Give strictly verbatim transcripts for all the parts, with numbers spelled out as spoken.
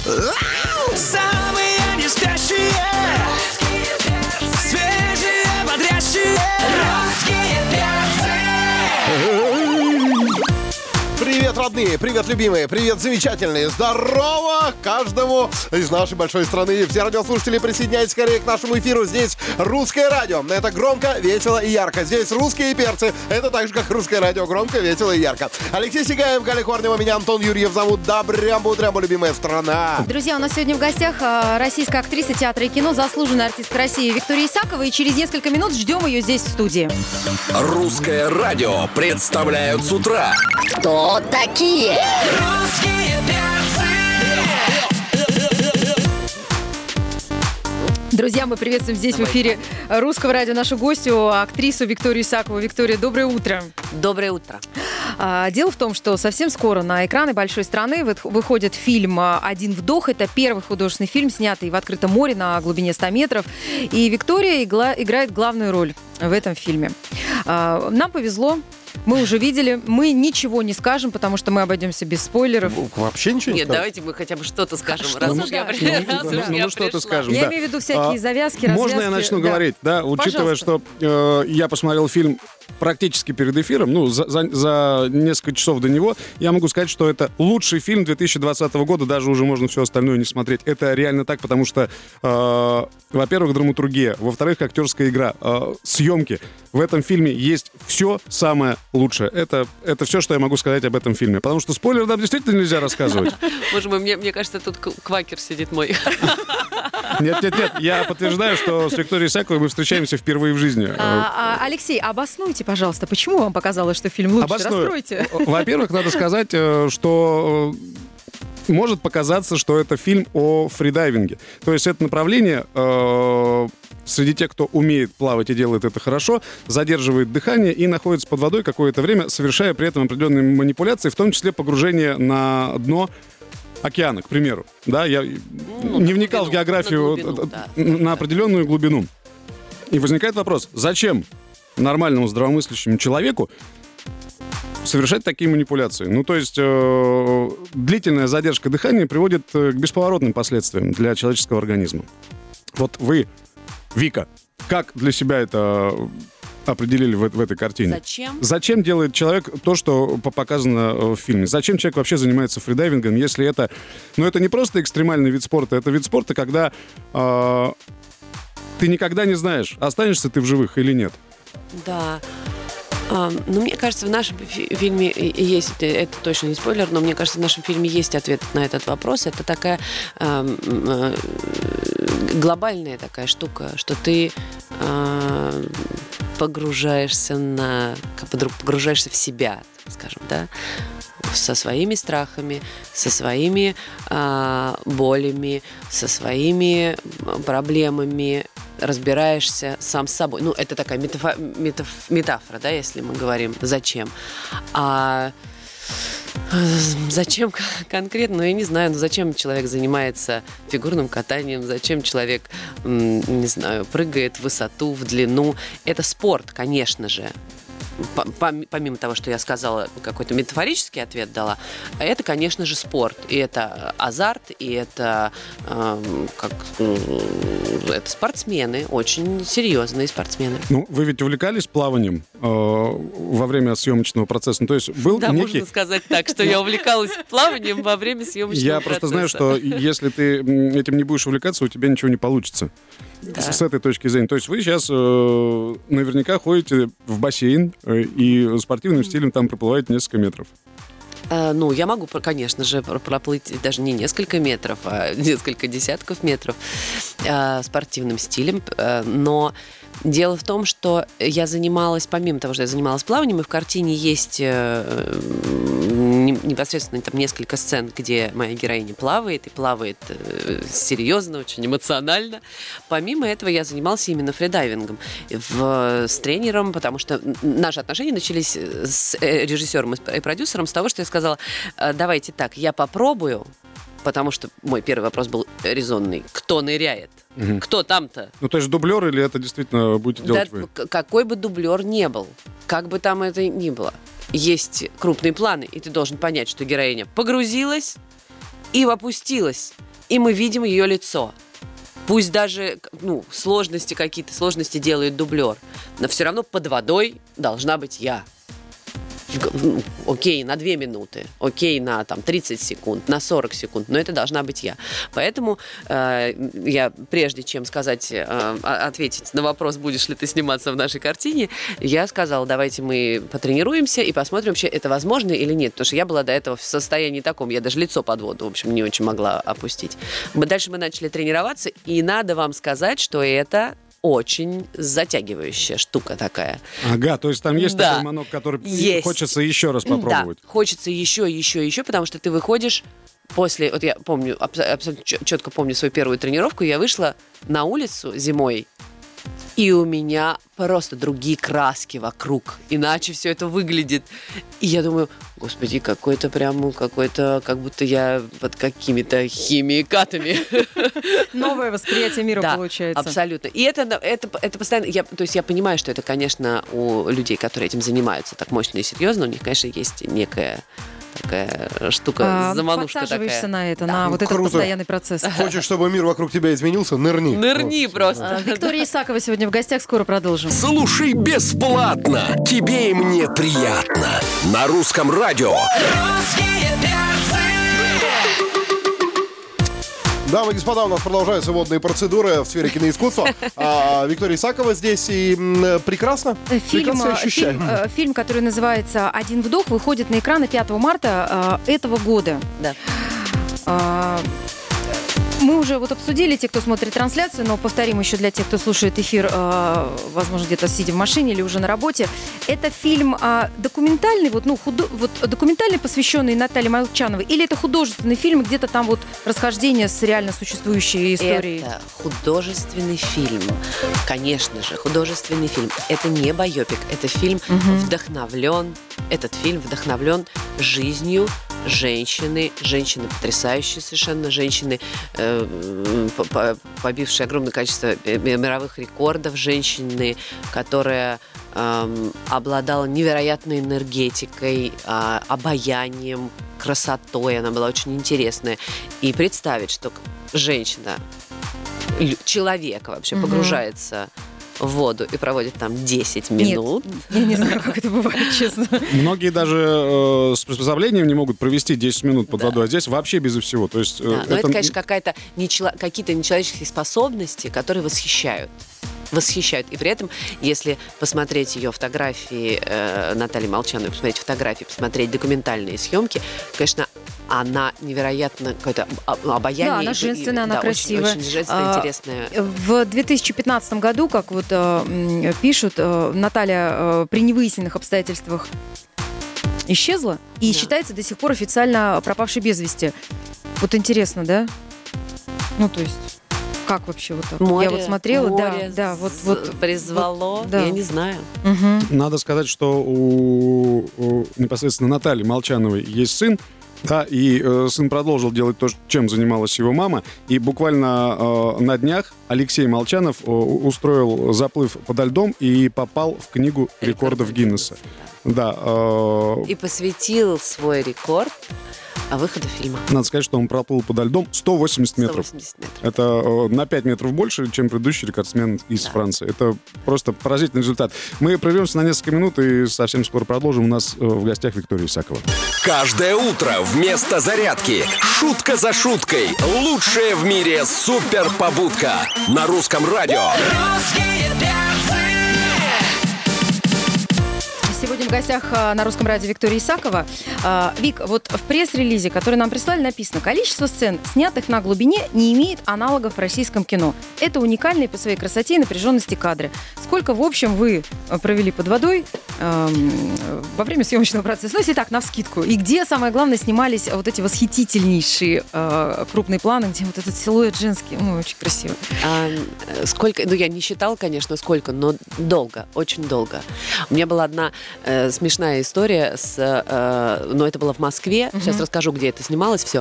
Самые не спящие, свежие, бодрящие русские перцы. Привет, родные, привет, любимые, привет, замечательные. Здорово каждому из нашей большой страны. Все радиослушатели, присоединяйтесь скорее к нашему эфиру. Здесь Русское радио. Это громко, весело и ярко. Здесь Русские перцы. Это так же, как Русское радио. Громко, весело и ярко. Алексей Сигаев, Галя Корнева, меня Антон Юрьев зовут. Добрямбу-дрямбу, любимая страна. Друзья, у нас сегодня в гостях российская актриса театра и кино, заслуженная артистка России Виктория Исакова. И через несколько минут ждем ее здесь, в студии. Русское радио представляют с утра. Кто такие? Русские перцы. Друзья, мы приветствуем здесь Давай. в эфире Русского радио нашу гостью, актрису Викторию Исакову. Виктория, доброе утро. Доброе утро. А, дело в том, что совсем скоро на экраны большой страны выходит фильм «Один вдох». Это первый художественный фильм, снятый в открытом море на глубине ста метров. И Виктория игла, играет главную роль в этом фильме. А, нам повезло. Мы уже видели, мы ничего не скажем, потому что мы обойдемся без спойлеров. Вообще ничего не Нет, скажешь? давайте мы хотя бы что-то скажем. Что раз ну, уж я да. при- Ну, раз уж да. я Ну, что-то пришла. скажем. Я да. имею в виду всякие А, завязки, Можно развязки. я начну Да. говорить? Да, учитывая, Пожалуйста. что э, я посмотрел фильм практически перед эфиром, ну, за, за- за несколько часов до него, я могу сказать, что это лучший фильм две тысячи двадцатого года, даже уже можно все остальное не смотреть. Это реально так, потому что, э, во-первых, драматургия, во-вторых, актерская игра, э, съемки. В этом фильме есть все самое лучшее. Это, это все, что я могу сказать об этом фильме. Потому что спойлер нам действительно нельзя рассказывать. Боже мой, мне, мне кажется, тут к- квакер сидит мой. Нет, нет, нет. Я подтверждаю, что с Викторией Исаковой мы встречаемся впервые в жизни. А, а, Алексей, обоснуйте, пожалуйста, почему вам показалось, что фильм лучше? Обосную. Раскройте. Во-первых, надо сказать, э, что э, может показаться, что это фильм о фридайвинге. То есть это направление э, среди тех, кто умеет плавать и делает это хорошо, задерживает дыхание и находится под водой какое-то время, совершая при этом определенные манипуляции, в том числе погружение на дно океана, к примеру. Да, я Ну, не на вникал в глубину, географию на глубину, э, да. э, на определенную глубину. И возникает вопрос, зачем нормальному здравомыслящему человеку совершать такие манипуляции? Ну, то есть э, длительная задержка дыхания приводит э, к бесповоротным последствиям для человеческого организма. Вот вы, Вика, как для себя это определили в, в этой картине? Зачем? Зачем делает человек то, что по- показано э, в фильме? Зачем человек вообще занимается фридайвингом, если это... Ну, это не просто экстремальный вид спорта, это вид спорта, когда э, ты никогда не знаешь, останешься ты в живых или нет. Да. А, ну, мне кажется, в нашем фи- фильме и- есть, это, это точно не спойлер, но мне кажется, в нашем фильме есть ответ на этот вопрос. Это такая эм, э, глобальная такая штука, что ты э, погружаешься на, как бы погружаешься в себя, скажем, да, со своими страхами, со своими э, болями, со своими проблемами, разбираешься сам с собой. Ну, это такая метафо- метаф- метафора, да, если мы говорим «зачем?». А зачем конкретно? Ну, я не знаю, ну зачем человек занимается фигурным катанием, зачем человек, м, не знаю, прыгает в высоту, в длину. Это спорт, конечно же. Помимо того, что я сказала, какой-то метафорический ответ дала, это, конечно же, спорт. И это азарт, и это, э, как, э, это спортсмены, очень серьезные спортсмены. Ну, вы ведь увлекались плаванием э, во время съемочного процесса? Ну, то есть был Да, некий... можно сказать так, что я увлекалась плаванием во время съемочного Я процесса. просто знаю, что если ты м, этим не будешь увлекаться, у тебя ничего не получится. Да. С, с этой точки зрения. То есть вы сейчас э, наверняка ходите в бассейн э, и спортивным стилем там проплываете несколько метров. Э, Ну, я могу, про- конечно же, про- проплыть даже не несколько метров, а несколько десятков метров э, спортивным стилем. Э, Но дело в том, что я занималась, помимо того, что я занималась плаванием, и в картине есть э, не- непосредственно там несколько сцен, где моя героиня плавает, и плавает э, серьезно, очень эмоционально. Помимо этого я занималась именно фридайвингом в, с тренером, потому что н- наши отношения начались с э, режиссером и продюсером с того, что я сказала: «Э, давайте так, я попробую», потому что мой первый вопрос был резонный: кто ныряет? Мгм. Кто там-то? Ну, то есть дублер или это действительно будете делать Да, вы? к- какой бы дублер не был, как бы там это ни было, есть крупные планы, и ты должен понять, что героиня погрузилась и опустилась. и мы видим ее лицо. Пусть даже ну, сложности какие-то, сложности делает дублер, но все равно под водой должна быть я. Окей, на две минуты, окей, на там, тридцать секунд, на сорок секунд, но это должна быть я. Поэтому э, я, прежде чем сказать, э, ответить на вопрос, будешь ли ты сниматься в нашей картине, я сказала, давайте мы потренируемся и посмотрим, вообще это возможно или нет. Потому что я была до этого в состоянии таком, я даже лицо под воду, в общем, не очень могла опустить. Мы, дальше мы начали тренироваться, и надо вам сказать, что это... очень затягивающая штука такая. Ага, то есть там есть да. такой манок, который есть. Хочется еще раз попробовать. Да, хочется еще, еще, еще, потому что ты выходишь после... Вот я помню, абсолютно четко помню свою первую тренировку, я вышла на улицу зимой, и у меня просто другие краски вокруг. Иначе все это выглядит. И я думаю, господи, какой-то прям, какой-то, как будто я под какими-то химикатами. Новое восприятие мира да, получается. Абсолютно. И это, это, это постоянно... Я, то есть я понимаю, что это, конечно, у людей, которые этим занимаются так мощно и серьезно, у них, конечно, есть некая... такая штука, а, заманушка подсаживаешься такая. на это, Да. на Ну, вот круто. этот постоянный процесс. Хочешь, чтобы мир вокруг тебя изменился? Нырни. Нырни Вот. просто. А, Виктория Исакова сегодня в гостях, скоро продолжим. Слушай бесплатно. Тебе и мне приятно. На русском радио. Русские перцы. Дамы и господа, у нас продолжаются водные процедуры в сфере киноискусства. А, Виктория Исакова здесь, и м, прекрасно. Фильм, Прекрасно себя ощущаем. фильм, э, фильм, который называется «Один вдох», выходит на экраны пятого марта э, этого года. Да. А, Мы уже вот обсудили, те, кто смотрит трансляцию, но повторим еще для тех, кто слушает эфир, э, возможно, где-то сидя в машине или уже на работе. Это фильм э, документальный, вот, ну, худо, вот, документальный, посвященный Наталье Молчановой, или это художественный фильм, где-то там вот расхождение с реально существующей историей? Это художественный фильм. Конечно же, художественный фильм. Это не байопик, это фильм Мгм. вдохновлен, этот фильм вдохновлен жизнью женщины, женщины потрясающие совершенно, женщины, э, по- по- побившие огромное количество э, мировых рекордов, женщины, которая эм, обладала невероятной энергетикой, а, обаянием, красотой, она была очень интересная. И представить, что женщина, лю- человек вообще Мгм. погружается в воду и проводит там десять Нет, минут. я не знаю, как это бывает, честно. Многие даже э, с приспособлением не могут провести десять минут под Да. водой, а здесь вообще безо всего. То есть, э, Да, но это, конечно, какая-то нечело- какие-то нечеловеческие способности, которые восхищают. Восхищают. И при этом, если посмотреть ее фотографии, э, Натальи Молчановой, посмотреть фотографии, посмотреть документальные съемки, конечно, она невероятно какое-то об- обаяние. Да, она и- женственная, и- она да, красивая. Очень, очень женственная, А, интересная. В две тысячи пятнадцатом году, как вот э, м, пишут, э, Наталья э, при невыясненных обстоятельствах исчезла и Да. считается до сих пор официально пропавшей без вести. Вот интересно, да? Ну, то есть, как вообще вот так? Море, Я вот смотрела, море да, да, вот, з- вот. призвало, вот, да. я не знаю. Мгм. Надо сказать, что у, у непосредственно Натальи Молчановой есть сын, да, и э, сын продолжил делать то, чем занималась его мама. И буквально э, на днях Алексей Молчанов э, устроил заплыв подо льдом и попал в книгу рекордов Гиннесса. Да, э, И посвятил свой рекорд выходу фильма. надо сказать, что он проплыл подо льдом сто восемьдесят метров. сто восемьдесят метров. Это э, на пять метров больше, чем предыдущий рекордсмен из Да. Франции. Это просто поразительный результат. Мы прервемся на несколько минут и совсем скоро продолжим. У нас э, в гостях Виктория Исакова. Каждое утро вместо зарядки шутка за шуткой. Лучшая в мире суперпобудка. На русском радио. Русские перцы. Сегодня в гостях а, на русском радио Виктория Исакова. А, Вик, вот в пресс-релизе, который нам прислали, написано: количество сцен, снятых на глубине, не имеет аналогов в российском кино. Это уникальные по своей красоте и напряженности кадры. Сколько, в общем, вы а, провели под водой эм, во время съемочного процесса? Ну, если так, навскидку. И где, самое главное, снимались вот эти восхитительнейшие э, крупные планы, где вот этот силуэт женский, ну, очень красиво. А, э, сколько, ну я не считала, конечно, сколько, но долго, очень долго. У меня была одна э, смешная история с... Э, но это было в Москве. Uh-huh. Сейчас расскажу, где это снималось все.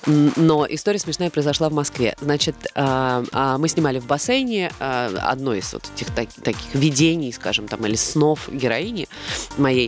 Но история смешная произошла в Москве. Значит, э, э, мы снимали в бассейне э, одно из вот этих так, таких видений, скажем, там, или снов героини моей.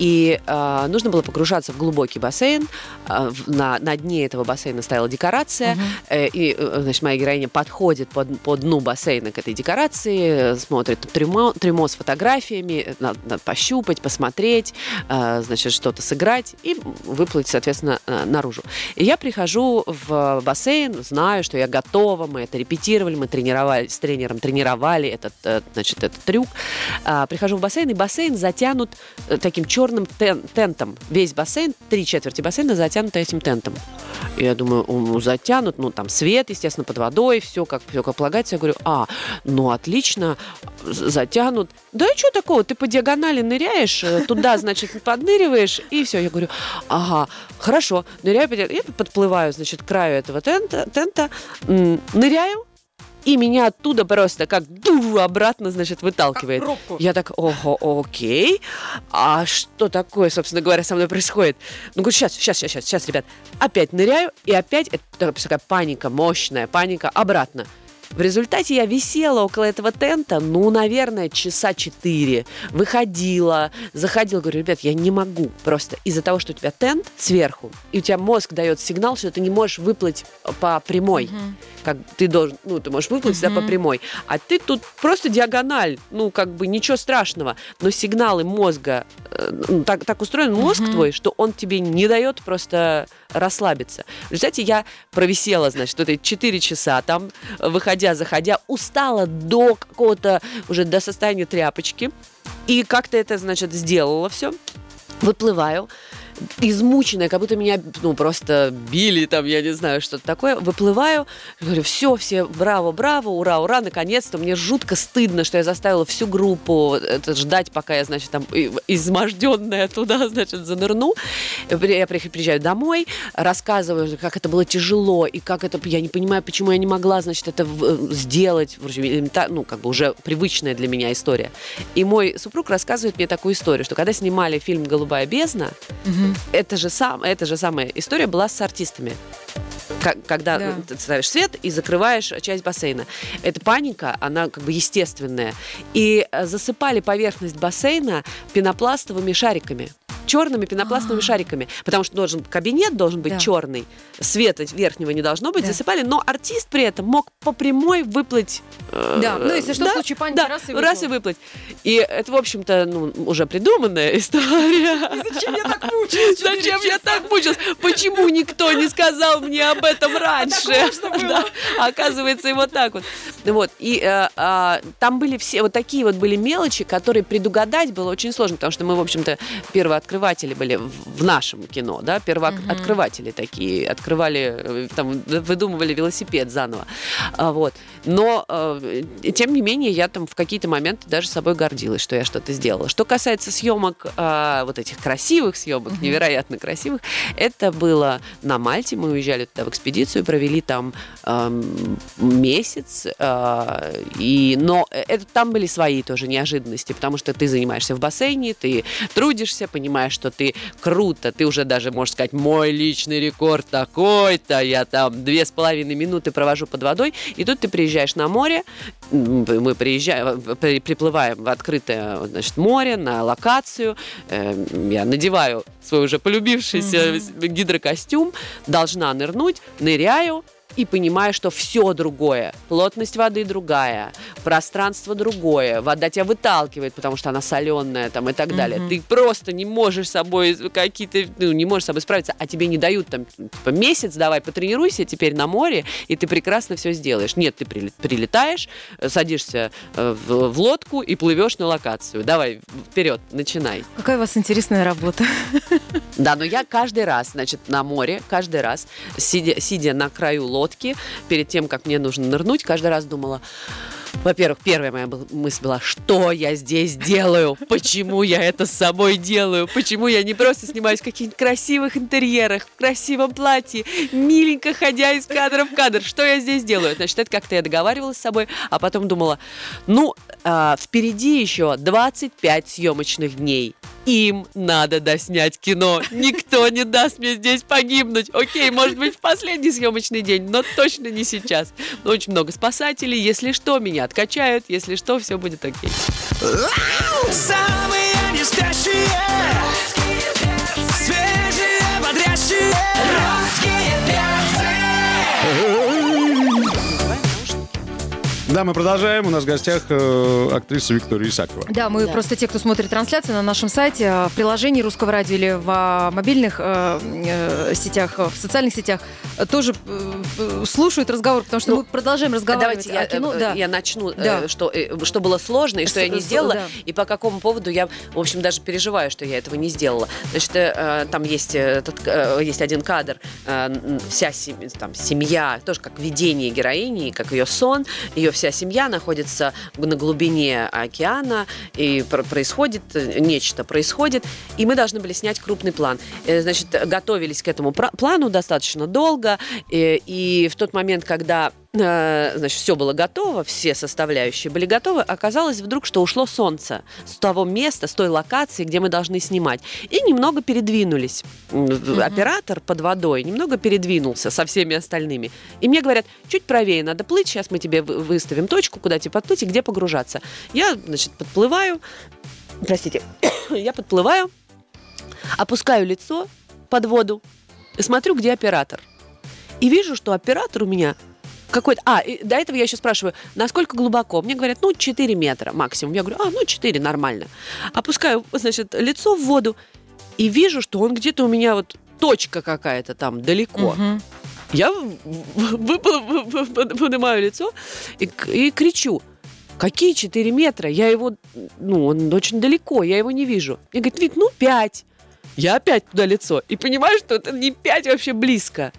И э, нужно было погружаться в глубокий бассейн. Э, на, на дне этого бассейна стояла декорация. Uh-huh. Э, и, э, значит, моя героиня подходит под, по дну бассейна к этой декорации, смотрит трюмо, трюмо с фотографиями, надо, надо пощупать, посмотреть, э, значит, что-то сыграть и выплыть, соответственно, э, наружу. И я прихожу в бассейн, знаю, что я готова, мы это репетировали, мы тренировали, с тренером тренировали этот, э, значит, этот трюк. Э, прихожу в бассейн, и бассейн затянут э, таким черным тен, тентом. Весь бассейн, три четверти бассейна затянуты этим тентом. И я думаю, ну, затянут, ну, там свет, естественно, под водой, все как, все как полагается. Я говорю, а, ну, отлично, затянут. Да и что такого, ты по диагонали ныряешь, туда, значит, подныриваешь, и все. Я говорю, ага, хорошо, ныряю, я подплываю, значит, к краю этого тента, тента ныряю, и меня оттуда просто как ду обратно, значит, выталкивает. Я так, ого, окей. А что такое, собственно говоря, со мной происходит? Ну, говорю, сейчас, сейчас, сейчас, сейчас, ребят. Опять ныряю, и опять это такая паника, мощная паника, обратно. В результате я висела около этого тента, ну, наверное, часа четыре. Выходила, заходила, говорю, ребят, я не могу. Просто из-за того, что у тебя тент сверху, и у тебя мозг дает сигнал, что ты не можешь выплыть по прямой. Uh-huh. Как ты должен, ну, ты можешь выплыть uh-huh. да, по прямой. А ты тут просто диагональ, ну, как бы ничего страшного. Но сигналы мозга, ну, так, так устроен мозг uh-huh. твой, что он тебе не дает просто расслабиться. В результате я провисела, значит, вот эти четыре часа там, выходя, заходя, устала до какого-то, уже до состояния тряпочки. И как-то это, значит, сделала все. Выплываю. Измученная, как будто меня, ну, просто били, там, я не знаю, что-то такое. Выплываю, говорю, все, все, браво, браво, ура, ура, наконец-то. Мне жутко стыдно, что я заставила всю группу это, ждать, пока я, значит, там, изможденная туда, значит, занырну. Я приезжаю домой, рассказываю, как это было тяжело, и как это, я не понимаю, почему я не могла, значит, это сделать, ну, как бы уже привычная для меня история. И мой супруг рассказывает мне такую историю, что когда снимали фильм «Голубая бездна», угу. Это же, сам, это же самая история была с артистами. Когда да. ты ставишь свет и закрываешь часть бассейна. Эта паника, она как бы естественная. И засыпали поверхность бассейна пенопластовыми шариками. Черными пенопластовыми А-а-а. шариками. Потому что должен, кабинет должен быть да. черный, света верхнего не должно быть, да. засыпали, но артист при этом мог по прямой выплыть. Э, да, ну если что, да, в случае паники, да, раз и выплыл. Раз и выплыть. И это, в общем-то, ну, уже придуманная история. И зачем я так мучилась? Зачем я так мучилась? Почему никто не сказал мне об этом раньше? Да, оказывается, и вот так вот. Вот. И э, э, там были все вот такие вот были мелочи, которые предугадать было очень сложно, потому что мы, в общем-то, первооткрыватели были в, в нашем кино, да, первооткрыватели uh-huh. такие, открывали, там, выдумывали велосипед заново. А, вот. Но, э, тем не менее, я там в какие-то моменты даже собой гордилась, что я что-то сделала. Что касается съемок, э, вот этих красивых съемок, uh-huh. невероятно красивых, это было на Мальте, мы уезжали туда в экспедицию, провели там э, месяц, э, и, но это, там были свои тоже неожиданности, потому что ты занимаешься в бассейне, ты трудишься, понимаешь, что ты круто, ты уже даже можешь сказать, мой личный рекорд такой-то, я там две с половиной минуты провожу под водой, и тут ты приезжаешь на море, мы приезжаем, приплываем в открытое, значит, море, на локацию, я надеваю свой уже полюбившийся mm-hmm. гидрокостюм, должна нырнуть, ныряю, и понимаешь, что все другое. Плотность воды другая, пространство другое, вода тебя выталкивает, потому что она соленая там, и так далее. Mm-hmm. Ты просто не можешь с собой какие-то, ну, не можешь с собой справиться, а тебе не дают там типа, месяц, давай потренируйся теперь на море, и ты прекрасно все сделаешь. Нет, ты прилетаешь, садишься в, в лодку и плывешь на локацию. Давай, вперед, начинай. Какая у вас интересная работа. Да, но я каждый раз, значит, на море, каждый раз, сидя, сидя на краю лодки, лодки, перед тем, как мне нужно нырнуть, каждый раз думала, во-первых, первая моя мысль была, что я здесь делаю, почему я это с собой делаю, почему я не просто снимаюсь в каких-нибудь красивых интерьерах, в красивом платье, миленько ходя из кадра в кадр, что я здесь делаю? Значит, это как-то я договаривалась с собой, а потом думала, ну, э, впереди еще двадцать пять съемочных дней. Им надо доснять кино. Никто не даст мне здесь погибнуть. Окей, может быть, в последний съемочный день, но точно не сейчас. Очень много спасателей. Если что, меня откачают. Если что, все будет окей. Самые не спящие, свежие, бодрящие, русские перцы. Да, мы продолжаем. У нас в гостях э, актриса Виктория Исакова. Да, мы Да. просто те, кто смотрит трансляцию на нашем сайте, э, в приложении Русского радио или в а, мобильных э, э, сетях, в социальных сетях, э, тоже э, э, слушают разговор, потому что Ну, мы продолжаем разговаривать Давайте я, о кино. э, Да. я начну, Да. э, что, э, что было сложно и что С- я не с- сделала, да. и по какому поводу я, в общем, даже переживаю, что я этого не сделала. Значит, э, там есть, э, этот, э, есть один кадр, э, вся семья, там, семья, тоже как видение героини, как ее сон, ее вся семья находится на глубине океана, и про- происходит э, нечто, происходит, и мы должны были снять крупный план. Э, Значит, готовились к этому пра- плану достаточно долго, э, и в тот момент, когда э, значит, все было готово, все составляющие были готовы, оказалось вдруг, что ушло солнце с того места, с той локации, где мы должны снимать. И немного передвинулись. М, Оператор под водой немного передвинулся со всеми остальными. И мне говорят, чуть правее надо плыть, сейчас мы тебе вы- выставим точку, куда тебе подплыть и где погружаться. Я, значит, подплываю, простите, я подплываю, опускаю лицо под воду и смотрю, где оператор. И вижу, что оператор у меня какой-то... А, и до этого я еще спрашиваю, насколько глубоко? Мне говорят, ну, четыре метра максимум. Я говорю, а, ну, четыре, нормально. Опускаю, значит, лицо в воду и вижу, что он где-то у меня вот точка какая-то там далеко. Мгм. Я в- в- в- в- поднимаю лицо и, к- и кричу, какие четыре метра? Я его, ну, он очень далеко, я его не вижу. Мне говорит, Вик, ну, пять. Я опять туда лицо. И понимаю, что это не пять вообще близко.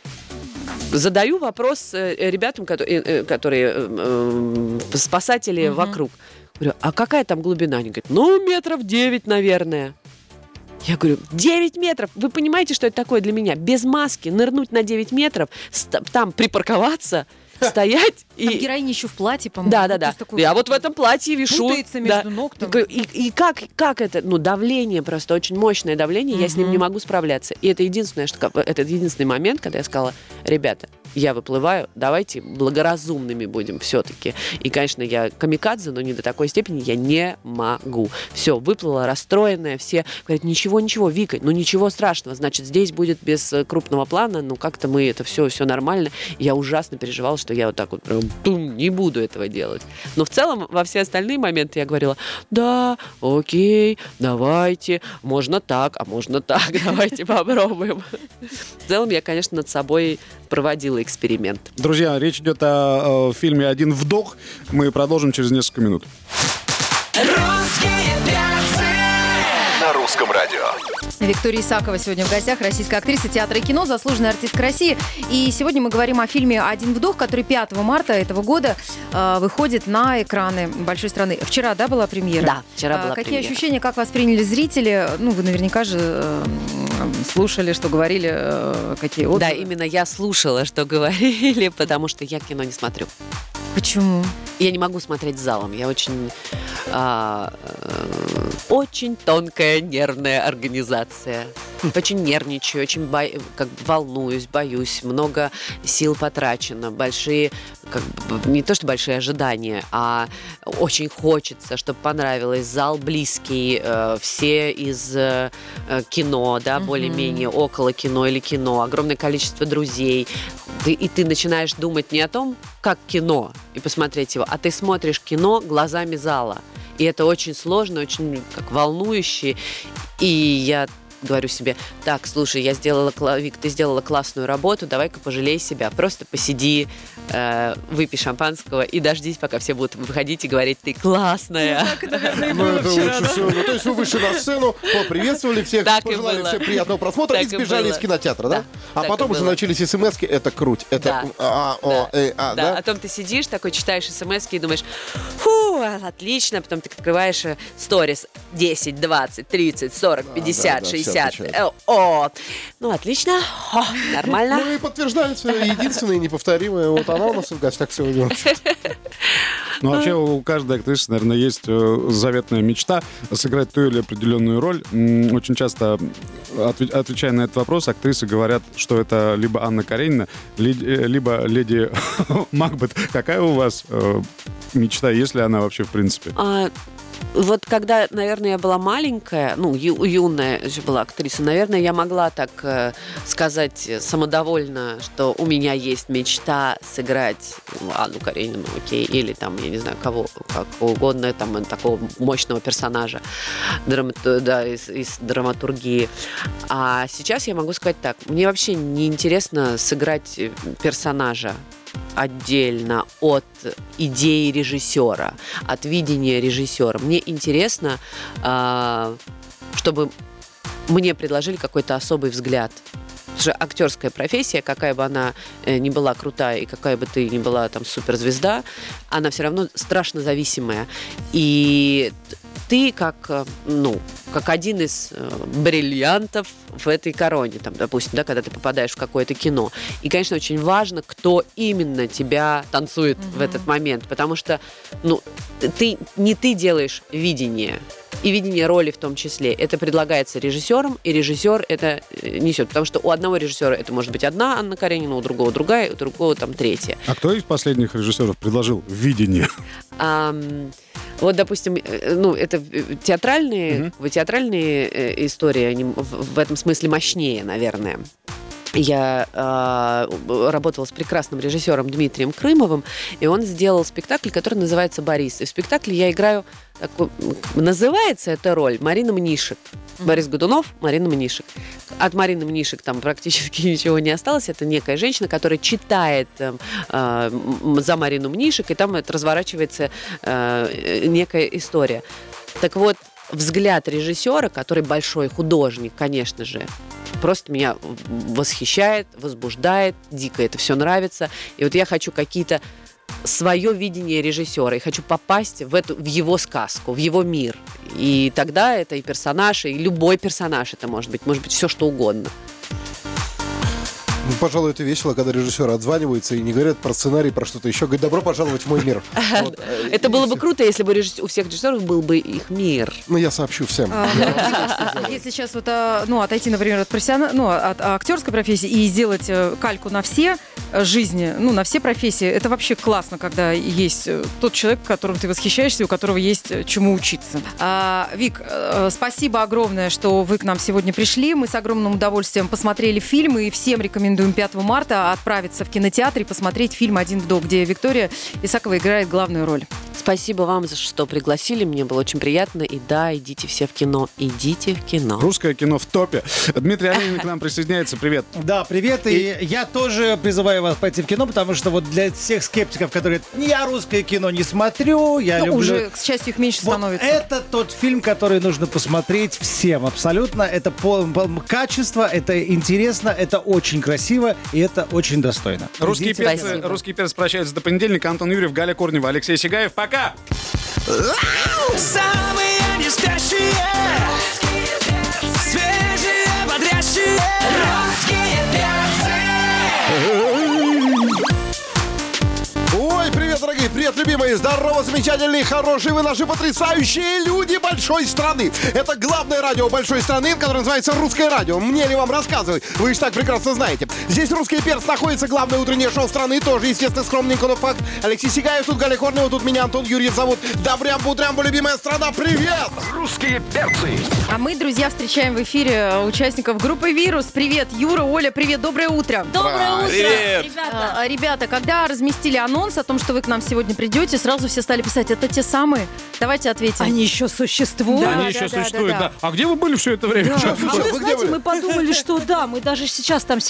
Задаю вопрос э, ребятам, кото- э, э, которые э, э, спасатели Мгм. вокруг. Говорю, а какая там глубина? Они говорят, ну, метров девять, наверное. Я говорю, девять метров? Вы понимаете, что это такое для меня? Без маски нырнуть на девять метров, ст- там припарковаться, стоять Там и... героиня еще в платье, по-моему. Да, Ну, да, то да. есть такой Я вот в этом платье вишу. путается да. между ног. Там. И, и как, как это? Ну, давление просто, очень мощное давление, я с ним Мгм. не могу справляться. И это единственное, что, это единственный момент, когда я сказала, ребята, я выплываю, давайте благоразумными будем все-таки. И, конечно, я камикадзе, но не до такой степени, я не могу. Все, выплыла расстроенная, все говорят, ничего, ничего, Вика, ну ничего страшного, значит, здесь будет без э, крупного плана, ну как-то мы, это все, все нормально. И я ужасно переживала, что я вот так вот прям, тум, не буду этого делать. Но в целом во все остальные моменты я говорила, да, окей, давайте, можно так, а можно так, давайте попробуем. В целом я, конечно, над собой проводила эксперимент. Друзья, речь идет о, о фильме «Один вдох». Мы продолжим через несколько минут. Русские перцы. На русском радио. Виктория Исакова сегодня в гостях, российская актриса театра и кино, заслуженная артистка России. И сегодня мы говорим о фильме «Один вдох», который пятого марта этого года э, выходит на экраны большой страны. Вчера, да, была премьера? Да, вчера А была Какие премьера. ощущения, как восприняли зрители? Ну, вы наверняка же э, слушали, что говорили, э, какие отзывы. Да, именно я слушала, что говорили, потому что я кино не смотрю. Почему? Я не могу смотреть залом. Я очень, а, э, очень тонкая нервная организация. Очень нервничаю, очень бо- как бы волнуюсь, боюсь. Много сил потрачено, большие, как бы, не то что большие ожидания, а очень хочется, чтобы понравилось. Зал близкий, э, все из э, кино, да, Мгм. более-менее около кино или кино, огромное количество друзей. Ты, и ты начинаешь думать не о том, как кино, и посмотреть его, а ты смотришь кино глазами зала. И это очень сложно, очень как волнующе. И я говорю себе, так, слушай, я сделала, кла- Вик, ты сделала классную работу, давай-ка пожалей себя, просто посиди, э, выпей шампанского и дождись, пока все будут выходить и говорить, ты классная. Ну, это лучше всего. Ну, то есть вы вышли на сцену, поприветствовали всех, Так и пожелали было. всем приятного просмотра и Так и сбежали было. из кинотеатра, да? Да, А так потом и уже было. начались смс-ки, это круть. Это Да. а, о, Да. э, а, Да, да? о том ты сидишь, такой читаешь смс и думаешь, фу, отлично. Потом ты открываешь э, сторис десять, двадцать, тридцать, сорок, пятьдесят, да, да, всё шестьдесят. отвечает. Э, О, ну, отлично. О, нормально. Ну и подтверждается, единственное неповторимое. Вот она у нас в гостях сегодня. Ну, вообще, у каждой актрисы, наверное, есть э, заветная мечта сыграть ту или определенную роль. М, Очень часто, отве- отвечая на этот вопрос, актрисы говорят, что это либо Анна Каренина, ли- э, либо леди Макбет. Какая у вас э, мечта, есть ли она вообще в принципе? А, вот когда, наверное, я была маленькая, ну, ю- юная же была актриса, наверное, я могла так э, сказать самодовольно, что у меня есть мечта сыграть ну, Анну Каренину, окей, или там, я не знаю, кого, как угодно, там, такого мощного персонажа драмату- да, из, из драматургии. А сейчас я могу сказать так, мне вообще не интересно сыграть персонажа отдельно от идеи режиссера, от видения режиссера. Мне интересно, а, чтобы мне предложили какой-то особый взгляд. Потому что актерская профессия, какая бы она э, ни была крутая и какая бы ты ни была там суперзвезда, она все равно страшно зависимая. И т- ты как, э, ну, как один из э, бриллиантов в этой короне, там, допустим, да, когда ты попадаешь в какое-то кино. И, конечно, очень важно, кто именно тебя танцует mm-hmm. в этот момент, потому что, ну, ты, не ты делаешь видение, и видение роли в том числе. Это предлагается режиссером, и режиссер это несет. Потому что у одного режиссера это может быть одна Анна Каренина, у другого другая, у другого там третья. А кто из последних режиссеров предложил видение? Ам, вот, допустим, э, ну, это театральные, mm-hmm. театральные э, истории, они в, в этом смысле мощнее, наверное. Я э, работала с прекрасным режиссером Дмитрием Крымовым, и он сделал спектакль, который называется «Борис». И в спектакле я играю, такой, называется эта роль Марина Мнишек. Mm-hmm. Борис Годунов, Марина Мнишек. От Марины Мнишек там практически ничего не осталось. Это некая женщина, которая читает э, э, за Марину Мнишек, и там это разворачивается э, некая история. Так вот, взгляд режиссера, который большой художник, конечно же, просто меня восхищает, возбуждает, дико это все нравится. И вот я хочу какие-то свое видение режиссера, и хочу попасть в, эту, в его сказку, в его мир. И тогда это и персонаж, и любой персонаж это может быть, может быть все что угодно. Ну, пожалуй, это весело, когда режиссеры отзваниваются и не говорят про сценарий, про что-то еще. Говорят, добро пожаловать в мой мир. Вот. Это было бы круто, если бы у всех режиссеров был бы их мир. Ну, я сообщу всем. Если сейчас вот, ну, отойти, например, от профессиона- ну, от актерской профессии и сделать кальку на все жизни, ну, на все профессии, это вообще классно, когда есть тот человек, которым ты восхищаешься, у которого есть чему учиться. А, Вик, спасибо огромное, что вы к нам сегодня пришли. Мы с огромным удовольствием посмотрели фильм и всем рекомендуем пятого марта отправиться в кинотеатр и посмотреть фильм «Один вдох», где Виктория Исакова играет главную роль. Спасибо вам, за что пригласили. Мне было очень приятно. И да, идите все в кино. Идите в кино. Русское кино в топе. Дмитрий Оленин к нам присоединяется. Привет. Да, привет. И, и я тоже призываю вас пойти в кино, потому что вот для всех скептиков, которые я русское кино не смотрю, я Ну, люблю... уже, к счастью, их меньше Вот становится. это тот фильм, который нужно посмотреть всем абсолютно. Это по, по- качество, это интересно, это очень красиво и это очень достойно. Русские Идите. перцы, Спасибо. русские перцы прощаются до понедельника. Антон Юрьев, Галя Корнева, Алексей Сигаев. Пока! Самые не спящие, свежие, бодрящие, русские перцы. Ой, привет, дорогие, привет, любимые, здорово, замечательные, хорошие вы наши потрясающие люди большой страны. Это главное радио большой страны, которое называется «Русское радио». Мне ли вам рассказывать? Вы же так прекрасно знаете. Здесь «Русский перц» находится, главное утреннее шоу страны, тоже, естественно, скромненько, но факт. Алексей Сигаев, тут Галя Корнева, тут меня Антон Юрьев зовут. Добрям-бутрямбу, любимая страна, привет! Русские перцы. А мы, друзья, встречаем в эфире участников группы «Вирус». Привет, Юра, Оля, привет, доброе утро. Доброе утро, Привет. ребята. А, Ребята, когда разместили анонс о том, что вы к нам сегодня придете, сразу все стали писать, это те самые? Давайте ответим. Они еще существуют. Да, Они да, еще да, существуют, да, да. А где вы были все это время? А Чё, вы вы где знаете, были? мы подумали, что да, мы даже сейчас там сидели, Шутили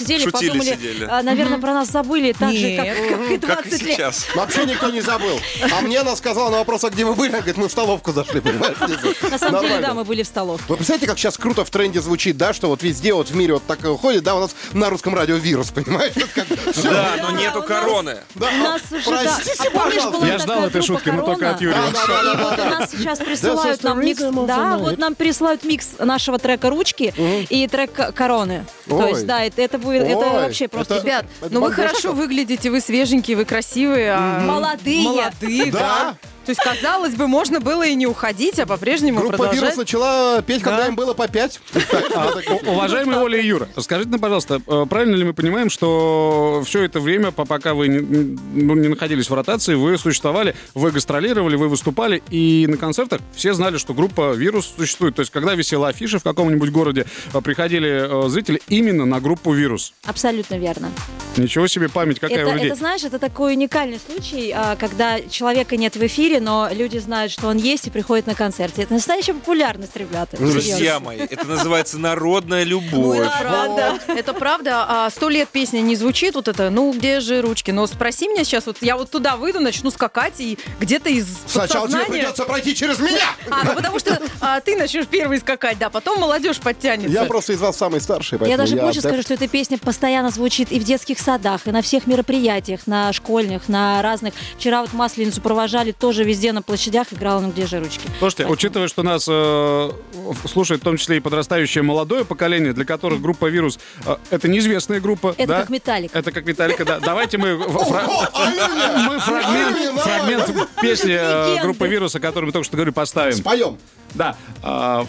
Курили, думали, сидели. а, наверное, про нас забыли так же, Нет. как, как и Как и двадцать лет. сейчас. Вообще никто не забыл. А мне она сказала на вопрос, а где вы были? Она говорит, мы в столовку зашли, понимаешь? На самом деле, Нормально. да, мы были в столовке. Вы представляете, как сейчас круто в тренде звучит, да, что вот везде вот в мире вот так ходит, да, у нас на русском радио вирус, понимаешь? Вот как- всё. Да, но Да, нету у нас- короны. Да, У нас уже, да. простите, А помнишь, пожалуйста. была Я ждал такая этой группа шутки, но только от «Корона»? Юрия. Да, да, да, И вот да. у нас сейчас That's присылают the нам микс, rhythm of the да, night. вот нам присылают микс нашего трека «Ручки» и трек «Короны». То Ой. есть, да, это, это будет, это Ой, вообще просто... это- Ребят, Это ну вы бомбочка. хорошо выглядите, вы свеженькие, вы красивые. а Молодые. Молодые, Да. да. То есть, казалось бы, можно было и не уходить, а по-прежнему Группа продолжать. «Вирус» начала петь, когда Да. им было по пять. А, у- Уважаемые Оля и Юра, скажите нам, пожалуйста, э, правильно ли мы понимаем, что все это время, по- пока вы не, ну, не находились в ротации, вы существовали, вы гастролировали, вы выступали, и на концертах все знали, что группа «Вирус» существует. То есть, когда висела афиша в каком-нибудь городе, э, приходили э, зрители именно на группу «Вирус». Абсолютно верно. Ничего себе память, какая Это, у людей. это, знаешь, это такой уникальный случай, а, когда человека нет в эфире, но люди знают, что он есть и приходят на концерте. Это настоящая популярность, ребята. Друзья Серьезно. мои, это называется народная любовь. Это правда. Это правда. А сто лет песня не звучит, вот это, ну где же ручки? Но спроси меня сейчас, вот я вот туда выйду, начну скакать, и где-то из Сначала тебе подсознания... придется пройти через меня. А, ну потому что а, ты начнешь первый скакать, да, потом молодежь подтянется. Я просто из вас самый старший, Я поэтому даже больше да, скажу, что эта песня постоянно звучит и в детских садах, и на всех мероприятиях, на школьных, на разных. Вчера вот Масленицу провожали, тоже везде на площадях играла «Ну где же ручки». Слушайте, Поэтому- учитывая, что нас э, слушает в том числе и подрастающее молодое поколение, для которых группа «Вирус» э, это неизвестная группа. Это да? как «Металлика». Это как «Металлика», да. Давайте мы, в- фра- аллилуйя! мы фрагмент, Аллилуйя, фрагмент песни э, Легенды. группы «Вирус», о которой мы только что говорили, поставим. Споем. Да. А,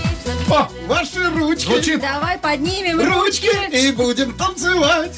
О, ваши ручки. Звучит. Давай поднимем Ручки и будем танцевать.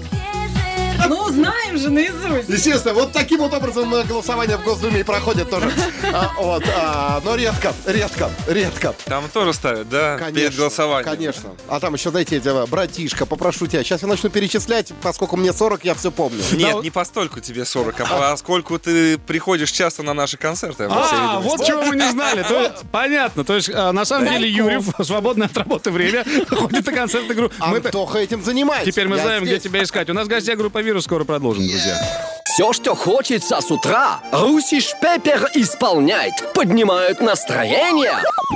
Ну, знаем же наизусть. Естественно, вот таким вот образом э, голосование в Госдуме и проходит тоже. А, вот, а, но редко, редко, редко. Там тоже ставят, да? Перед Конечно, голосованием. конечно. А там еще, знаете, эти, братишка, попрошу тебя. Сейчас я начну перечислять, поскольку мне сорок, я все помню. Нет, не постольку тебе сорок, а поскольку ты приходишь часто на наши концерты. по всей А, видимости. вот чего мы не знали. То есть, понятно. То есть, а, на самом деле, Юрьев в свободное от работы время ходит на концерты группы. Мы это- Антоха этим занимается. Теперь мы Я знаем, где здесь. тебя искать. У нас в гостях группа «Вирус». Скоро продолжим, друзья. Все, что хочется с утра, Русиш Пеппер исполняет. Поднимают настроение.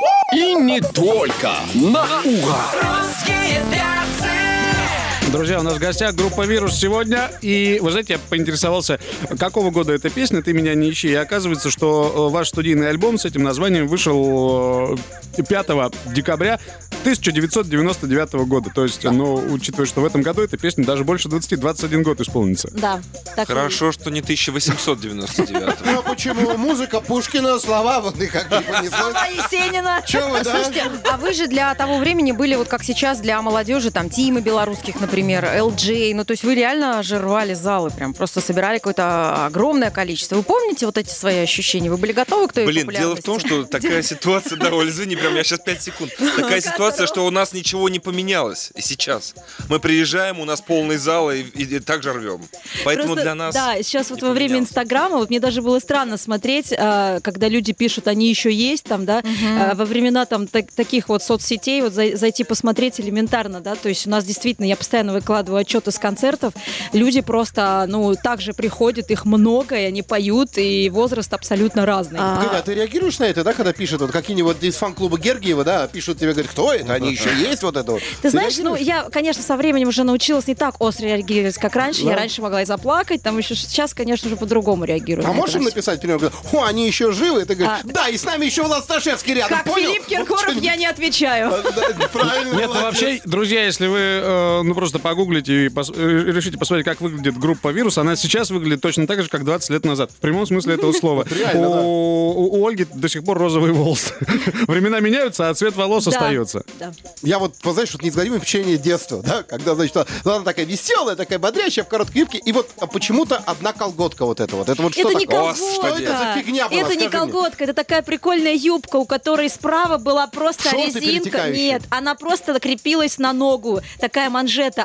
И не только. На ура! Русские перцы. Друзья, у нас в гостях группа «Вирус» сегодня. И, вы знаете, я поинтересовался, какого года эта песня «Ты меня не ищи». И оказывается, что э, ваш студийный альбом с этим названием вышел э, пятого декабря тысяча девятьсот девяносто девятого года. То есть, ну, учитывая, что в этом году эта песня даже больше двадцати, двадцать один год исполнится. Да, так и Хорошо, что не тысяча восемьсот девяносто девятый. Ну, а почему? Музыка Пушкина, слова вот и как бы понеслось. Слова Есенина. Че вы, да? Слушайте, а вы же для того времени были, вот как сейчас, для молодежи, там, Тимы белорусских, например, эл джей, ну, то есть вы реально же рвали залы, прям просто собирали какое-то огромное количество. Вы помните вот эти свои ощущения? Вы были готовы к той Блин, популярности? дело в том, что такая ситуация, да, Оль, извини, прям я сейчас пять секунд. Такая ситуация, что у нас ничего не поменялось и сейчас. Мы приезжаем, у нас полный зал и, и, и так же рвем. Поэтому Просто, для нас да, сейчас вот не во время поменялось. Инстаграма, вот мне даже было странно смотреть, а, когда люди пишут, они еще есть там, да, а, во времена там так- таких вот соцсетей, вот зай- зайти посмотреть элементарно, да, то есть у нас действительно, я постоянно выкладываю отчеты с концертов, люди просто, ну, также приходят, их много, и они поют, и возраст абсолютно разный. Погоди, а ты реагируешь на это, да, когда пишут вот какие-нибудь из фан-клуба Гергиева, да, пишут тебе, говорят, кто это, они еще есть, вот это вот. Ты знаешь, ну, реагируешь? я, конечно, со временем уже научилась не так остро реагировать, как раньше. Да. Я раньше могла и заплакать, там еще сейчас, конечно же, по-другому реагирую. А на можешь это им всё. написать, например, о, они еще живы? И ты говоришь, А. да, и с нами еще Влад Сташевский рядом, Как понял? Филипп Киркоров, я не отвечаю. Да, правильно, Нет, ну молодец. вообще, друзья, если вы э, ну просто погуглите и пос- э, решите посмотреть, как выглядит группа «Вирус», она сейчас выглядит точно так же, как двадцать лет назад. В прямом смысле этого слова. реально, у, да. у- у Ольги до сих пор розовые волосы. Времена меняются, а цвет волос Да, остается. да. Я вот, знаешь, вот неизгладимое впечатление детства, да, когда, значит, она такая веселая, такая бодрящая, в короткой юбке, и вот а почему-то одна колготка вот эта вот. Это вот что Это не такое? колготка. Что это за фигня была, Это не скажи мне? колготка, это такая прикольная юбка, у которой справа была просто Шорты резинка. перетекающие. Нет, она просто крепилась на ногу. Такая манжета.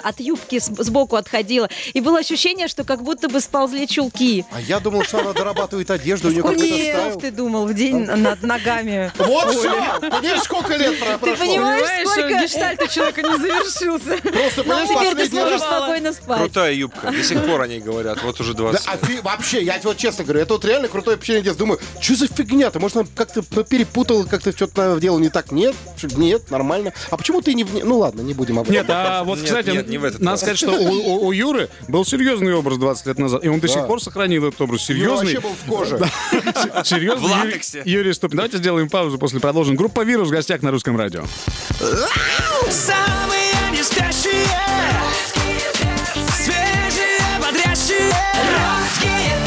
от юбки с- сбоку отходила. И было ощущение, что как будто бы сползли чулки. А я думал, что она дорабатывает одежду, у нее Сколько какой-то часов стайл. ты думал в день над ногами? Вот все! Понимаешь, сколько лет про- прошло? понимаешь, Понимаешь, сколько- гештальт у человека не завершился. Просто, Ну, понимаешь, теперь ты последний сможешь раз... спокойно спать. Крутая юбка. До сих пор о ней говорят. Вот уже Да, двадцать а лет. фи- вообще, я тебе вот честно говорю, это вот реально крутое впечатление детства. Думаю, что за фигня-то? Может, она как-то перепутала, как-то что-то делала не так? Нет, нет, нормально. А почему ты не... в ней? Ну ладно, не будем об этом. Нет, а вот, Нет, кстати, нет, не в этот надо раз. сказать, что у, у- у Юры был серьезный образ двадцать лет назад, и он до сих Да. пор сохранил этот образ. Юра Серьезный. вообще был в коже. Серьезный В Юрий- латексе. Юрий Ступин. Давайте сделаем паузу, после продолжим. Группа «Вирус» в гостях на Русском радио. Самые не спящие, свежие, бодрящие, русские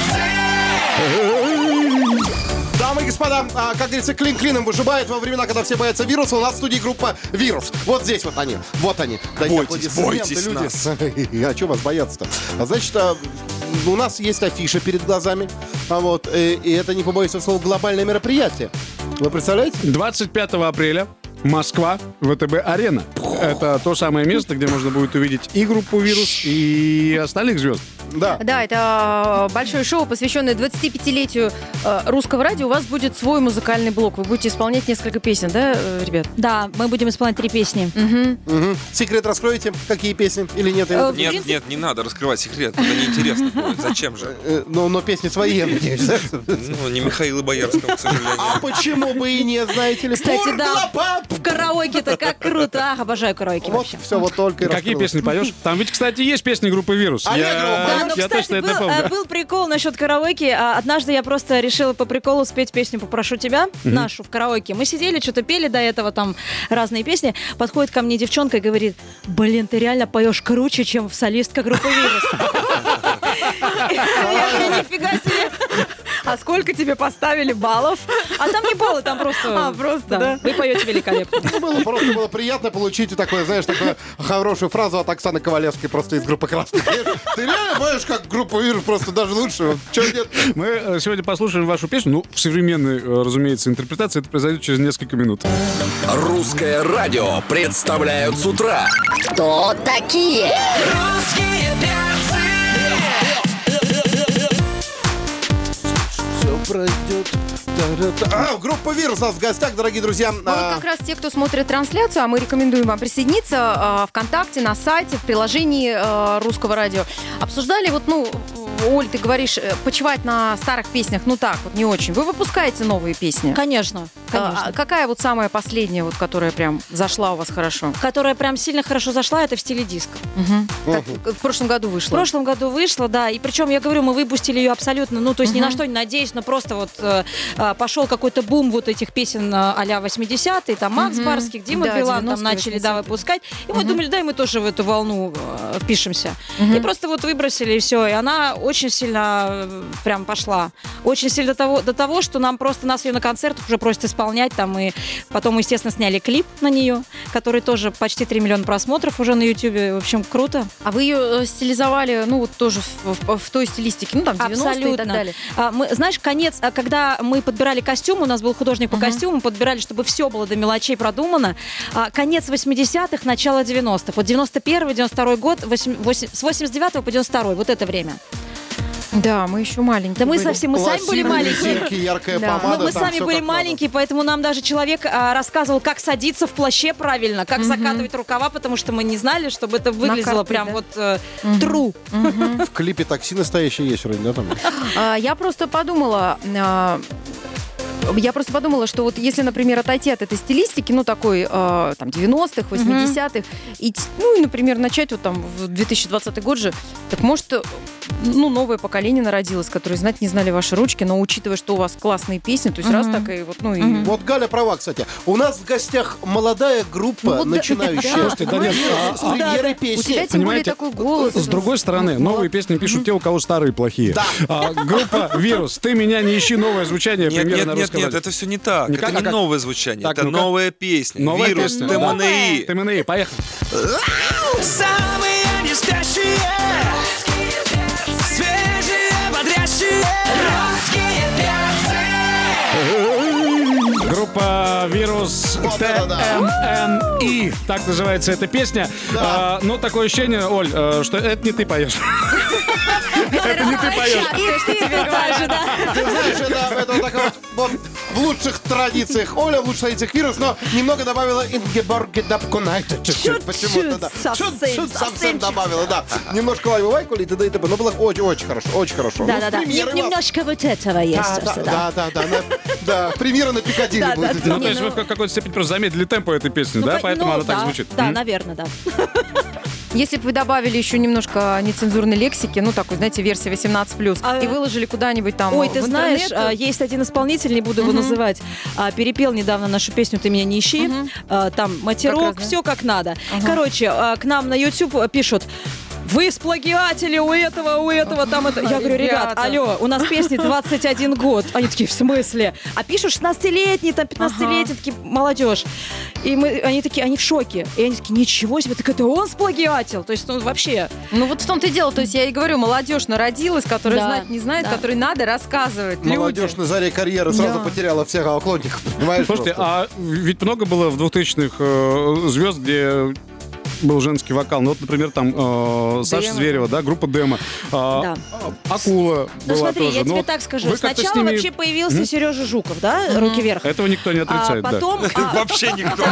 перцы. Дамы и господа, а, как говорится, клин клином выжибает во времена, когда все боятся вируса. У нас в студии группа «Вирус». Вот здесь вот они. Вот они. Дайте Бойтесь, аплодисменты, бойтесь люди. А что вас бояться-то? А, Значит, а, у нас есть афиша перед глазами. А вот, э, и это, не побоюсь этого слова, глобальное мероприятие. Вы представляете? двадцать пятого апреля. Москва, ВТБ-арена. Это то самое место, где можно будет увидеть и группу «Вирус», и остальных звезд. Да. Да, это э, большое шоу, посвященное двадцатипятилетию э, русского радио. У вас будет свой музыкальный блок. Вы будете исполнять несколько песен, да, э, ребят? Да, мы будем исполнять три песни. Мгм. Секрет раскроете? Какие песни? Или нет? Э, в Нет, принципе- нет, не надо раскрывать секрет. Это неинтересно будет. Зачем же? Э, Но, но песни свои, я надеюсь. да? Ну, не Михаила Боярского, к сожалению. А почему бы и нет, знаете ли? Кстати, да. Пур-гла-пап! В караоке-то как круто. Ах, обожаю караоке Вот вообще. все, вот только и Какие раскрылось. песни поешь? Там ведь, кстати, есть песни группы «Вирус». Аллегрова Я, поешь? Да, ну, я кстати, точно это был, помню. э, был прикол насчет караоке. А, Однажды я просто решила по приколу спеть песню «Попрошу тебя», нашу, в караоке. Мы сидели, что-то пели до этого, там, разные песни. Подходит ко мне девчонка и говорит: блин, ты реально поешь круче, чем солистка группы «Вирус». Я говорю, нифига себе. А сколько тебе поставили баллов? А там не баллы, там просто... А, просто, да? Вы поете великолепно. Ну, было просто было приятно получить такое, знаешь, такую хорошую фразу от Оксаны Ковалевской просто из группы «Красный». Ты реально поешь как группа «Вирус», просто даже лучше. Вот чё нет? Мы э, сегодня послушаем вашу песню. Ну, в современной, э, разумеется, интерпретации. Это произойдет через несколько минут. Русское радио представляют с утра. Кто такие? Русские перцы. Все пройдет. А, группа «Вирус» у нас в гостях, дорогие друзья. Ну, А, вот как раз те, кто смотрит трансляцию, а мы рекомендуем вам присоединиться э, ВКонтакте, на сайте, в приложении э, Русского радио. Обсуждали, вот, ну, Оль, ты говоришь, э, почивать на старых песнях, ну так, вот не очень. Вы выпускаете новые песни? Конечно, конечно. А какая вот самая последняя, вот, которая прям зашла у вас хорошо? Которая прям сильно хорошо зашла, это в стиле диско. Как в прошлом году В вышла. прошлом году вышла, да, и причем, я говорю, мы выпустили ее абсолютно, ну, то есть ни на что не надеясь, но просто вот э, э, пошел какой-то бум вот этих песен э, а-ля восьмидесятые, там Макс Мгм. Барских, Дима Да, Билан, там девяностые, начали, да, восьмидесятые. выпускать, и мы думали, дай мы тоже в эту волну э, впишемся. Мгм. И просто вот выбросили, и все, и она очень сильно э, прям пошла. Очень сильно до того, до того, что нам просто, нас ее на концертах уже просят исполнять, там, и потом, естественно, сняли клип на нее, который тоже почти три миллиона просмотров уже на Ютубе, в общем, круто. А вы ее э, стилизовали, ну, вот тоже в, в- в той стилистике, ну, там, девяностые и так далее. А, мы, знаешь, конец, а, когда мы подбирали костюм, у нас был художник по Мгм. костюму, подбирали, чтобы все было до мелочей продумано. А, конец восьмидесятых, начало девяностых. Вот девяносто первый, девяносто второй год, восемь- восемь- с восемьдесят девятого по девяносто второй, вот это время. Да, мы еще маленькие Да мы были. совсем, мы сами были лосины, маленькие. резинки, яркая Да. Мы, помада. мы там сами всё были как надо. маленькие, поэтому нам даже человек а, рассказывал, как садиться в плаще правильно, как закатывать рукава, потому что мы не знали, чтобы это выглядело карты, прям да? вот э, true. В клипе такси настоящие есть вроде, да, там? А, Я просто подумала, а, я просто подумала, что вот если, например, отойти от этой стилистики, ну, такой, э, там, девяностых, восьмидесятых, и, т- ну, и, например, начать вот там в две тысячи двадцатый год же, так может, э, ну, новое поколение народилось, которые знать не знали ваши ручки, но учитывая, что у вас классные песни, то есть раз так и вот, ну, и... Вот Галя права, кстати. У нас в гостях молодая группа, Ну, вот да, начинающая. да. Слушайте, да нет, С а- премьерой У тебя песни. тем более Понимаете, такой голос. С другой стороны, новые песни пишут те, у кого старые плохие. Да. А, группа «Вирус», «Ты меня не ищи», новое звучание, Нет, премьера нет, на нет, русском нет, радио. это все не так. Никак, это не а как? новое звучание, Так, это ну-ка. новая песня. Новая Вирус, песня, ТМНИ. ТМНИ, поехали. Самые не спящие, свежие, бодрящие, русские перцы. Группа А, вирус Вот Т это да. М Н И. Так называется эта песня. А, ну, такое ощущение, Оль, э, что это не ты поешь. Это не ты поешь. Что тебе говорю, да? Ты знаешь, это, это вот так вот, вот в лучших традициях. Оля в лучших традициях вирус, но немного добавила Ингеборге Дапкунайте чуть-чуть. Почему-то, да. совсем, Чуть-чуть совсем совсем добавила, да. Немножко лайву вайкули, и т.д. и т.п. Но было очень-очень хорошо, очень хорошо. Да-да-да. Ну, с премьерой вас. Немножко вот этого есть. Да, просто, да, да, да, да. Да, премьера на Пикадилли Да, будет. да, Ну, Не, то есть ну- вы в какой-то степени просто замедлили темпо этой песни, Ну, да? по- Поэтому ну, она так да, звучит. Да, М? наверное, да. Если бы вы добавили еще немножко нецензурной лексики, ну, такой, знаете, версия восемнадцать плюс, А- и выложили куда-нибудь там Ой, в ты знаешь, интернет, а, есть один исполнитель, не буду его называть, а, перепел недавно нашу песню «Ты меня не ищи». А, Там Как матерок, раз, да? все как надо. Короче, а, к нам на YouTube пишут: вы сплагиатели у этого, у этого, там это. Я говорю, ребят, Ребята. алло, у нас песни двадцать один год. Они такие, в смысле? А пишут шестнадцатилетние, там пятнадцатилетние, такие, молодежь. И мы, они такие, они в шоке. И они такие, ничего себе, так это он сплагиатил. То есть, ну, вообще. Ну вот в том-то и дело, то есть я и говорю, молодежь народилась, которая Да, знать не знает, да. которой надо рассказывать. Молодежь на заре карьеры сразу Да. потеряла всех поклонников, понимаешь? Слушайте, просто? а ведь много было в двухтысячных э, звезд, где был женский вокал. Ну вот, например, там э, Саша Демо. Зверева, да, группа Демо. А, Да. Акула Ну была смотри, тоже. я Но тебе вот так скажу. вы как-то Сначала с ними- вообще появился Сережа Жуков, да, «Руки вверх». Этого никто не А отрицает, да. потом, а, Вообще никто.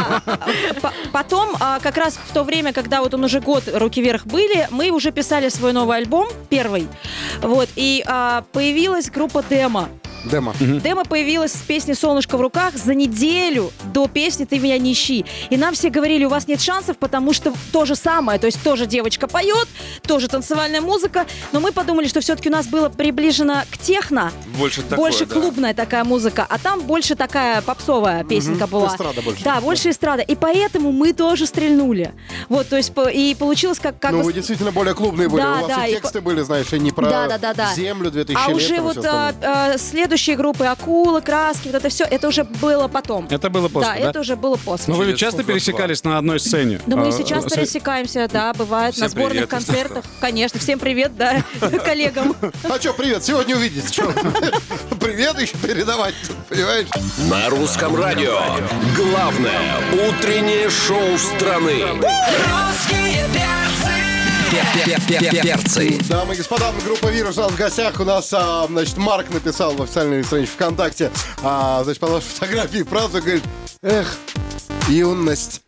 П- Потом, а, как раз в то время, когда вот он уже год «Руки вверх» были, мы уже писали свой новый альбом, первый, вот, и а, появилась группа «Демо». Демо. Демо появилась с песней «Солнышко в руках» за неделю до песни «Ты меня не ищи». И нам все говорили, у вас нет шансов, потому что то же самое, то есть тоже девочка поет, тоже танцевальная музыка, но мы подумали, что все-таки у нас было приближено к техно, Больше такое, больше да. клубная такая музыка, а там больше такая попсовая песенка была. Эстрада больше. Да, больше эстрада. И поэтому мы тоже стрельнули. Вот, то есть, по- и получилось как, как Ну, бы... вы действительно более клубные были. Да, У вас да, и и тексты были, знаешь, и не про Да, да, да, да. землю, две тысячи А лет. уже там и вот всё а, остальное. а, следующие группы «Акула», «Краски», вот это все, это уже было потом. Это было после, Да, да? это уже было после. Но вы ведь Через часто «Цифра пересекались на одной сцене? Ну, мы А, сейчас с- пересекаемся, да, бывает, Всем на сборных привет, концертах. Конечно, всем привет, да, коллегам. А что, привет, сегодня увидите. Чё? Привет еще передавать, понимаешь? На русском радио. Главное утреннее шоу страны. Русские перцы. Перцы. Дамы и господа, группа «Вирус» у нас в гостях. У нас, а, значит, Марк написал в официальной страничке ВКонтакте, а, значит, по нашей фотографии, правда, говорит, эх, юность.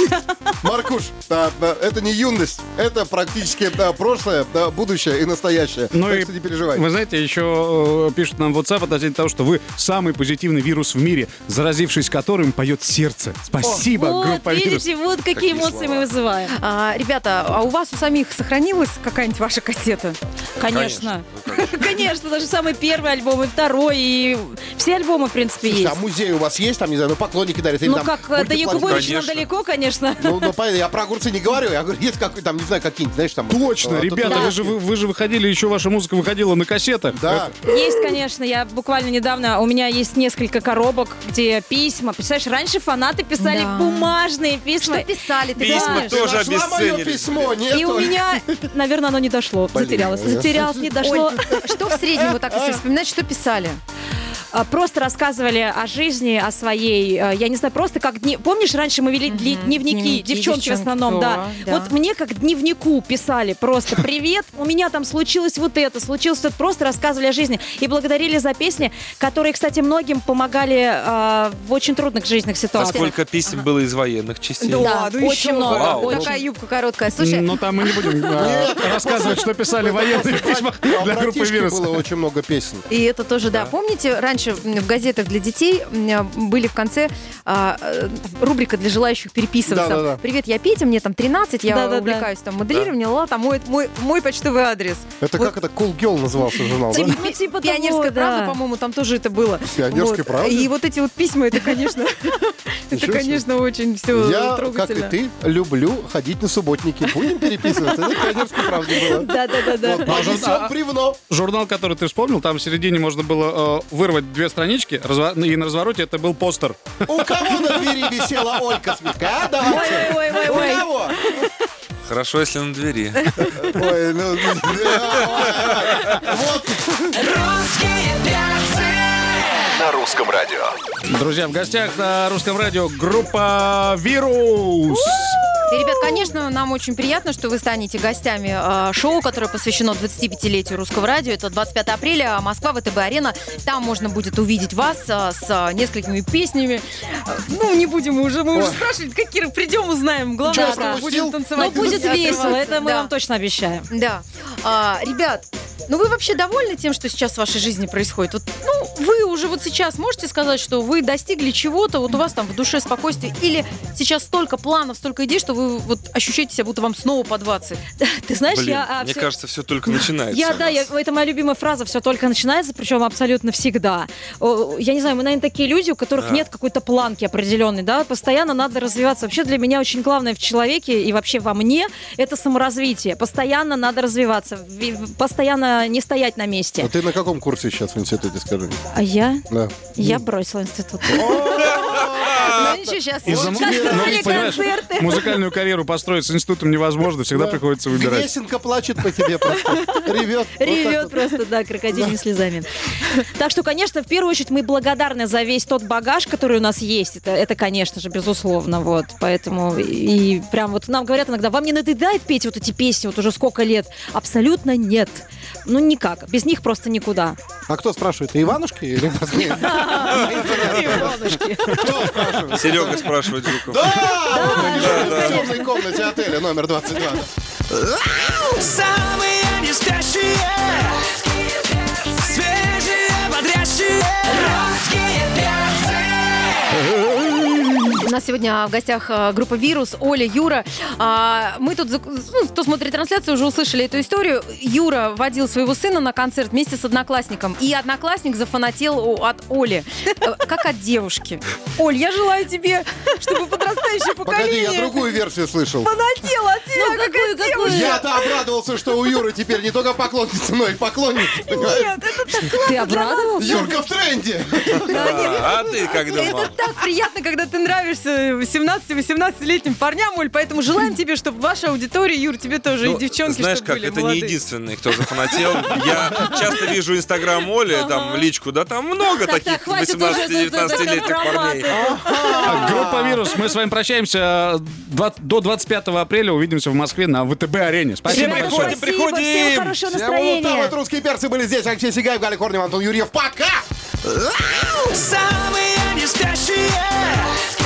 Маркуш, да, да, это не юность, это практически да, прошлое, да, будущее и настоящее. Ну так и что не переживай. Вы знаете, еще э, пишут нам в WhatsApp относительно того, что вы самый позитивный вирус в мире, заразившись которым поет сердце. Спасибо, Вот, группа «Вирус». видите, вот какие Какие эмоции слова. мы вызываем. А, ребята, а у вас у самих сохранилась какая-нибудь ваша кассета? Конечно. Ну, как же. Конечно, даже самый первый альбом, и второй, и все альбомы, в принципе, Слушайте, есть. а музей у вас есть, там, не знаю, ну, поклонники дарят? Или Ну, там как э, до мультиплазма? Якубовича нам Конечно. далеко, конечно. Ну, ну, понятно, я про огурцы не говорю, я говорю, есть какой-то, там, не знаю, какие-нибудь, знаешь, там... Точно, э, ребята, татуировки. вы же, вы, вы же выходили, еще ваша музыка выходила на кассетах. Да. Есть, конечно, я буквально недавно, у меня есть несколько коробок, где письма. Представляешь, раньше фанаты писали Да. бумажные письма. Что писали? Ты Письма помнишь? тоже Нашла мое обесценились. письмо, нет? И у меня, наверное, оно не дошло, Блин, затерялось. я- Затерялось, не дошло. Оль, что в среднем, вот так, если вспоминать, что писали? А, Просто рассказывали о жизни, о своей, э, я не знаю, просто как дни... Помнишь, раньше мы вели дли- дневники, Дневники, девчонки в девчонки, основном, да. да, да. Вот мне как дневнику писали просто: привет, у меня там случилось вот это, случилось это, просто рассказывали о жизни. И благодарили за песни, которые, кстати, многим помогали э, в очень трудных жизненных А ситуациях. сколько писем было из военных частей? Да, ну очень еще много, бы. Вау. очень. Такая юбка короткая. Слушай, Но там мы не будем э, рассказывать, что писали военные в письмах А у для группы братишки «Вирус». было очень много песен. и это тоже, да. Помните, раньше в газетах для детей м, были в конце а, э, рубрика для желающих переписываться. Да-да-да. Привет, я Петя, мне там тринадцать, я Да-да-да. увлекаюсь там моделированием, ла, там мой, мой, мой почтовый адрес. Это как это Cool Girl назывался журнал, да? Типа, ну, типа того, Пионерская да. правда, по-моему, там тоже это было. Пионерской Вот. правде? И вот эти вот письма, это, конечно, это, Ничего себе. конечно, очень все Я, как и трогательно. ты, люблю ходить на субботники. Будем переписываться? Это в Пионерской правде было. Да-да-да-да. Вот, понесем бревно. Журнал, который ты вспомнил, там в середине можно было э, вырвать две странички, разва- и на развороте это был постер. У кого на двери висела Олька Смитка? А, давайте. Ой, ой, ой, ой. У кого? Хорошо, если на двери. Ой, ну... Вот. Русские перцы. на Русском радио. Друзья, в гостях на Русском радио группа «Вирус». И, ребят, конечно, нам очень приятно, что вы станете гостями э, шоу, которое посвящено двадцатипятилетию Русского радио. Это двадцать пятого апреля, Москва, ВТБ-арена. Там можно будет увидеть вас э, с несколькими песнями. Э, ну, не будем уже, мы уже спрашивать, какие придем, узнаем. Главное, Чё, что пропустил? будем танцевать. Но будет будем весело, отрываться. это мы Да. вам точно обещаем. Да. А, ребят, ну вы вообще довольны тем, что сейчас в вашей жизни происходит? Вот, ну, вы уже вот сейчас можете сказать, что вы достигли чего-то, вот у вас там в душе спокойствие, или сейчас столько планов, столько идей, что вы вот ощущаете себя, будто вам снова по двадцать? Ты знаешь, Блин, я... а, мне всё- кажется, все только начинается. Я, у да, нас. я, это моя любимая фраза, все только начинается, причем абсолютно всегда. О, Я не знаю, мы, наверное, такие люди, у которых Да. нет какой-то планки определенной, да, постоянно надо развиваться. Вообще для меня очень главное в человеке и вообще во мне это саморазвитие. Постоянно надо развиваться, ви- постоянно не стоять на месте. А ты на каком курсе сейчас в институте, скажи? А я? Да. Я бросила институт. Ну ничего, сейчас Из-за му- сейчас ну, были понимаешь, концерты. музыкальную карьеру построить с институтом невозможно, всегда Да. приходится выбирать. Гнесинка плачет по тебе просто. Ревет. Вот так Ревет вот. просто, да, крокодильными слезами. Так что, конечно, в первую очередь мы благодарны за весь тот багаж, который у нас есть. Это, это конечно же, безусловно. Вот. Поэтому и прям вот нам говорят иногда, вам не надоедает петь вот эти песни вот уже сколько лет? Абсолютно нет. Ну, никак. Без них просто никуда. А кто спрашивает? Ты Иванушки или просто- Кто спрашивает? Серега спрашивает Жуков. Да! В темной комнате отеля номер двадцать два. Самые не спящие, свежие, бодрящие, русские перцы. У нас сегодня в гостях э, группа «Вирус», Оля, Юра. А, мы тут, зак- ну, кто смотрит трансляцию, уже услышали эту историю. Юра водил своего сына на концерт вместе с одноклассником. И одноклассник зафанател о- от Оли. Э, Как от девушки. Оль, я желаю тебе, чтобы подрастающее Погоди, поколение я другую версию слышал. фанатело от тебя, как от девушки. Я-то обрадовался, что у Юры теперь не только поклонница, но и поклонник. понимаешь? Нет, это так классно. Ты обрадовался? Юрка в тренде. А ты как думал? Это так приятно, когда ты нравишься семнадцати-восемнадцатилетним парням, Оль. Поэтому желаем тебе, чтобы ваша аудитория, Юр, тебе тоже Ну, и девчонки, знаешь чтобы как, были это молодые. не единственный, кто зафанател. Я часто вижу инстаграм Оли, там личку, да, там много Так, так, таких хватит уже этот- восемнадцати-девятнадцатилетних этот парней. А, Группа «Вирус», мы с вами прощаемся два- до двадцать пятого апреля. Увидимся в Москве на ВТБ-арене. Спасибо Всем большое. приходим, приходим. Спасибо, всем хорошего Всем настроения. вот русские перцы были здесь. Алексей Сигаев, Галя Корнева, Антон Юрьев. Пока! Самые не спящие,